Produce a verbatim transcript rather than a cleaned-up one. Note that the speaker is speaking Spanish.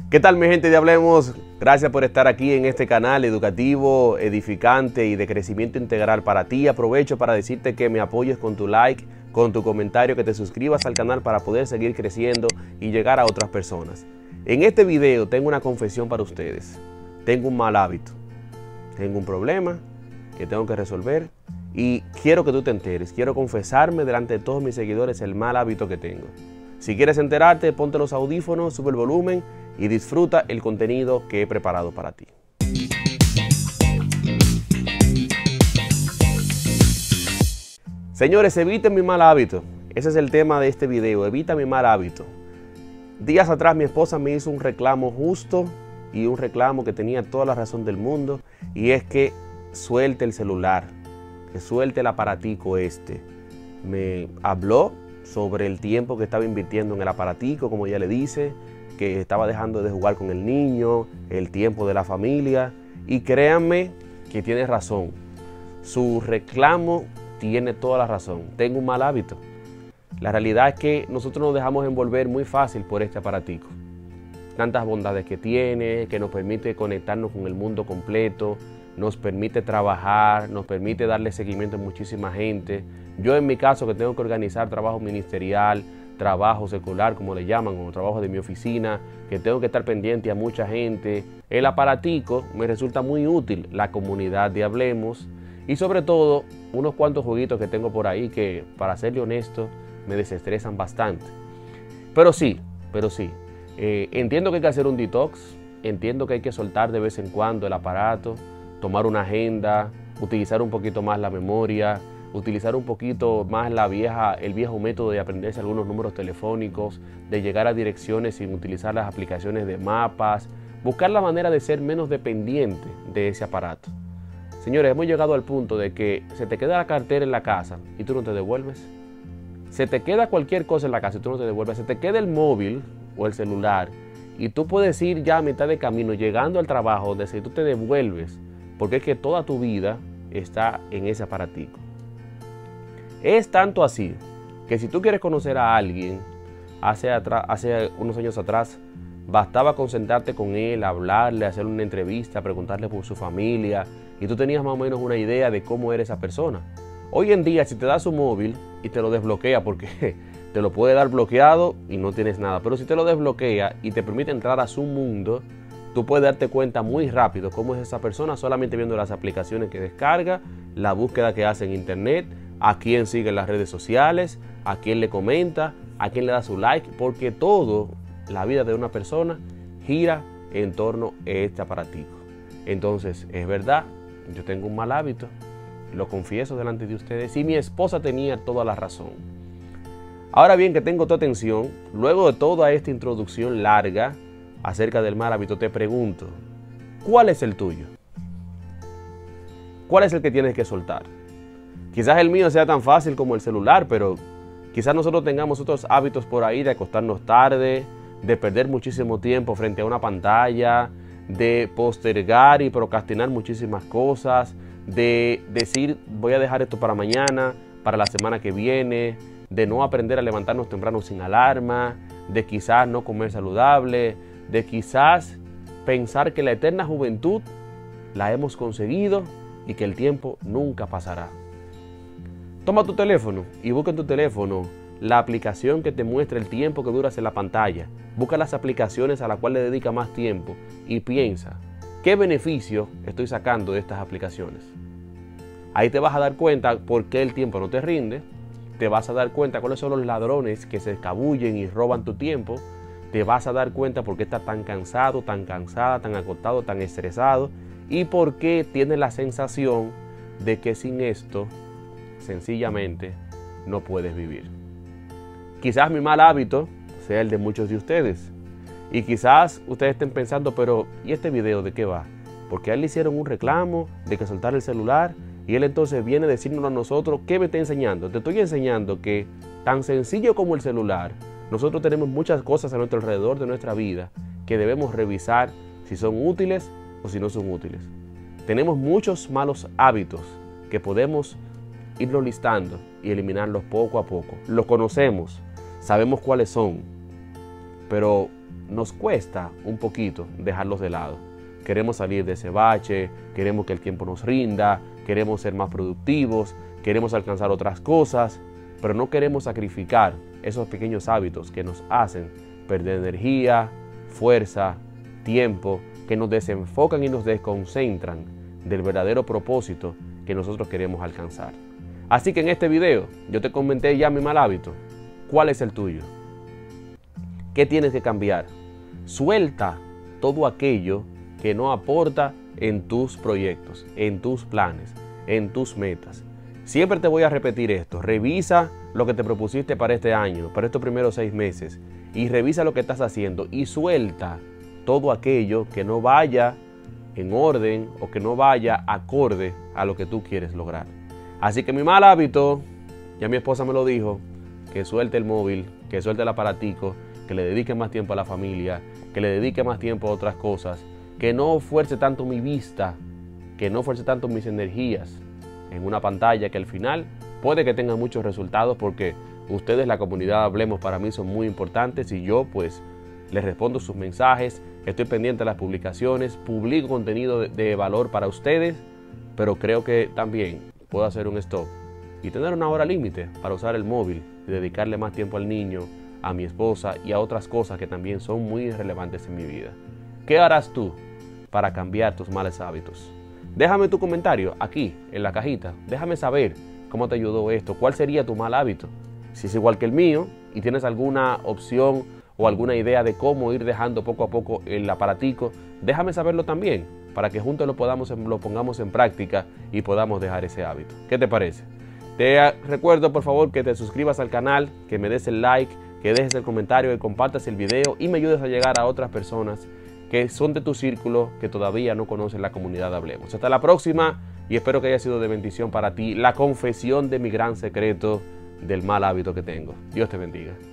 ¿Qué tal, mi gente de Hablemos? Gracias por estar aquí en este canal educativo, edificante y de crecimiento integral para ti. Aprovecho para decirte que me apoyes con tu like, con tu comentario, que te suscribas al canal para poder seguir creciendo y llegar a otras personas. En este video tengo una confesión para ustedes. Tengo un mal hábito, tengo un problema que tengo que resolver y quiero que tú te enteres. Quiero confesarme delante de todos mis seguidores el mal hábito que tengo. Si quieres enterarte, ponte los audífonos, sube el volumen y disfruta el contenido que he preparado para ti. Señores, eviten mi mal hábito. Ese es el tema de este video, evita mi mal hábito. Días atrás mi esposa me hizo un reclamo justo y un reclamo que tenía toda la razón del mundo, y es que suelte el celular, que suelte el aparatico este. Me habló sobre el tiempo que estaba invirtiendo en el aparatico, como ella le dice, que estaba dejando de jugar con el niño, el tiempo de la familia, y créanme que tiene razón. Su reclamo tiene toda la razón. Tengo un mal hábito. La realidad es que nosotros nos dejamos envolver muy fácil por este aparatico. Tantas bondades que tiene, que nos permite conectarnos con el mundo completo, nos permite trabajar, nos permite darle seguimiento a muchísima gente. Yo en mi caso, que tengo que organizar trabajo ministerial, trabajo secular, como le llaman, o trabajo de mi oficina, que tengo que estar pendiente a mucha gente, el aparatico me resulta muy útil, la comunidad de Hablemos, y sobre todo unos cuantos jueguitos que tengo por ahí que, para serle honesto, me desestresan bastante. Pero sí, pero sí, eh, entiendo que hay que hacer un detox, entiendo que hay que soltar de vez en cuando el aparato, tomar una agenda, utilizar un poquito más la memoria, utilizar un poquito más la vieja, el viejo método de aprenderse algunos números telefónicos, de llegar a direcciones sin utilizar las aplicaciones de mapas, buscar la manera de ser menos dependiente de ese aparato. Señores, hemos llegado al punto de que se te queda la cartera en la casa y tú no te devuelves. Se te queda cualquier cosa en la casa y tú no te devuelves. Se te queda el móvil o el celular y tú puedes ir ya a mitad de camino llegando al trabajo donde si tú te devuelves, porque es que toda tu vida está en ese aparatico. Es tanto así que si tú quieres conocer a alguien, hace, hace unos años atrás, bastaba concentrarte con él, hablarle, hacerle una entrevista, preguntarle por su familia, y tú tenías más o menos una idea de cómo era esa persona. Hoy en día, si te das su móvil y te lo desbloquea, porque te lo puede dar bloqueado y no tienes nada, pero si te lo desbloquea y te permite entrar a su mundo, tú puedes darte cuenta muy rápido cómo es esa persona solamente viendo las aplicaciones que descarga, la búsqueda que hace en internet, a quién sigue en las redes sociales, a quién le comenta, a quién le da su like, porque todo, la vida de una persona gira en torno a este aparatico. Entonces, es verdad, yo tengo un mal hábito, lo confieso delante de ustedes, y mi esposa tenía toda la razón. Ahora bien, que tengo tu atención, luego de toda esta introducción larga acerca del mal hábito, te pregunto, ¿cuál es el tuyo? ¿Cuál es el que tienes que soltar? Quizás el mío sea tan fácil como el celular, pero quizás nosotros tengamos otros hábitos por ahí de acostarnos tarde, de perder muchísimo tiempo frente a una pantalla, de postergar y procrastinar muchísimas cosas, de decir voy a dejar esto para mañana, para la semana que viene, de no aprender a levantarnos temprano sin alarma, de quizás no comer saludable, de quizás pensar que la eterna juventud la hemos conseguido y que el tiempo nunca pasará. Toma tu teléfono y busca en tu teléfono la aplicación que te muestra el tiempo que duras en la pantalla. Busca las aplicaciones a las cuales le dedica más tiempo y piensa, ¿qué beneficio estoy sacando de estas aplicaciones? Ahí te vas a dar cuenta por qué el tiempo no te rinde, te vas a dar cuenta cuáles son los ladrones que se escabullen y roban tu tiempo, te vas a dar cuenta por qué estás tan cansado, tan cansada, tan acostado, tan estresado y por qué tienes la sensación de que sin esto sencillamente no puedes vivir. Quizás mi mal hábito sea el de muchos de ustedes y quizás ustedes estén pensando, pero ¿y este video de qué va? Porque a él le hicieron un reclamo de que soltara el celular y él entonces viene a decirnos a nosotros, ¿qué me está enseñando? Te estoy enseñando que tan sencillo como el celular, nosotros tenemos muchas cosas a nuestro alrededor de nuestra vida que debemos revisar si son útiles o si no son útiles. Tenemos muchos malos hábitos que podemos irlos listando y eliminarlos poco a poco. Los conocemos, sabemos cuáles son, pero nos cuesta un poquito dejarlos de lado. Queremos salir de ese bache, queremos que el tiempo nos rinda, queremos ser más productivos, queremos alcanzar otras cosas, pero no queremos sacrificar esos pequeños hábitos que nos hacen perder energía, fuerza, tiempo, que nos desenfocan y nos desconcentran del verdadero propósito que nosotros queremos alcanzar. Así que en este video yo te comenté ya mi mal hábito. ¿Cuál es el tuyo? ¿Qué tienes que cambiar? Suelta todo aquello que no aporta en tus proyectos, en tus planes, en tus metas. Siempre te voy a repetir esto. Revisa lo que te propusiste para este año, para estos primeros seis meses, y revisa lo que estás haciendo y suelta todo aquello que no vaya en orden o que no vaya acorde a lo que tú quieres lograr. Así que mi mal hábito, ya mi esposa me lo dijo, que suelte el móvil, que suelte el aparatico, que le dedique más tiempo a la familia, que le dedique más tiempo a otras cosas, que no fuerce tanto mi vista, que no fuerce tanto mis energías en una pantalla que al final puede que tenga muchos resultados, porque ustedes, la comunidad Hablemos, para mí son muy importantes y yo pues les respondo sus mensajes, estoy pendiente de las publicaciones, publico contenido de, de valor para ustedes, pero creo que también puedo hacer un stop y tener una hora límite para usar el móvil y dedicarle más tiempo al niño, a mi esposa y a otras cosas que también son muy relevantes en mi vida. ¿Qué harás tú para cambiar tus malos hábitos? Déjame tu comentario aquí en la cajita. Déjame saber cómo te ayudó esto, cuál sería tu mal hábito. Si es igual que el mío y tienes alguna opción o alguna idea de cómo ir dejando poco a poco el aparatico, déjame saberlo también para que juntos lo, podamos, lo pongamos en práctica y podamos dejar ese hábito. ¿Qué te parece? Te recuerdo por favor que te suscribas al canal, que me des el like, que dejes el comentario, que compartas el video y me ayudes a llegar a otras personas que son de tu círculo, que todavía no conocen la comunidad Hablemos. Hasta la próxima y espero que haya sido de bendición para ti la confesión de mi gran secreto del mal hábito que tengo. Dios te bendiga.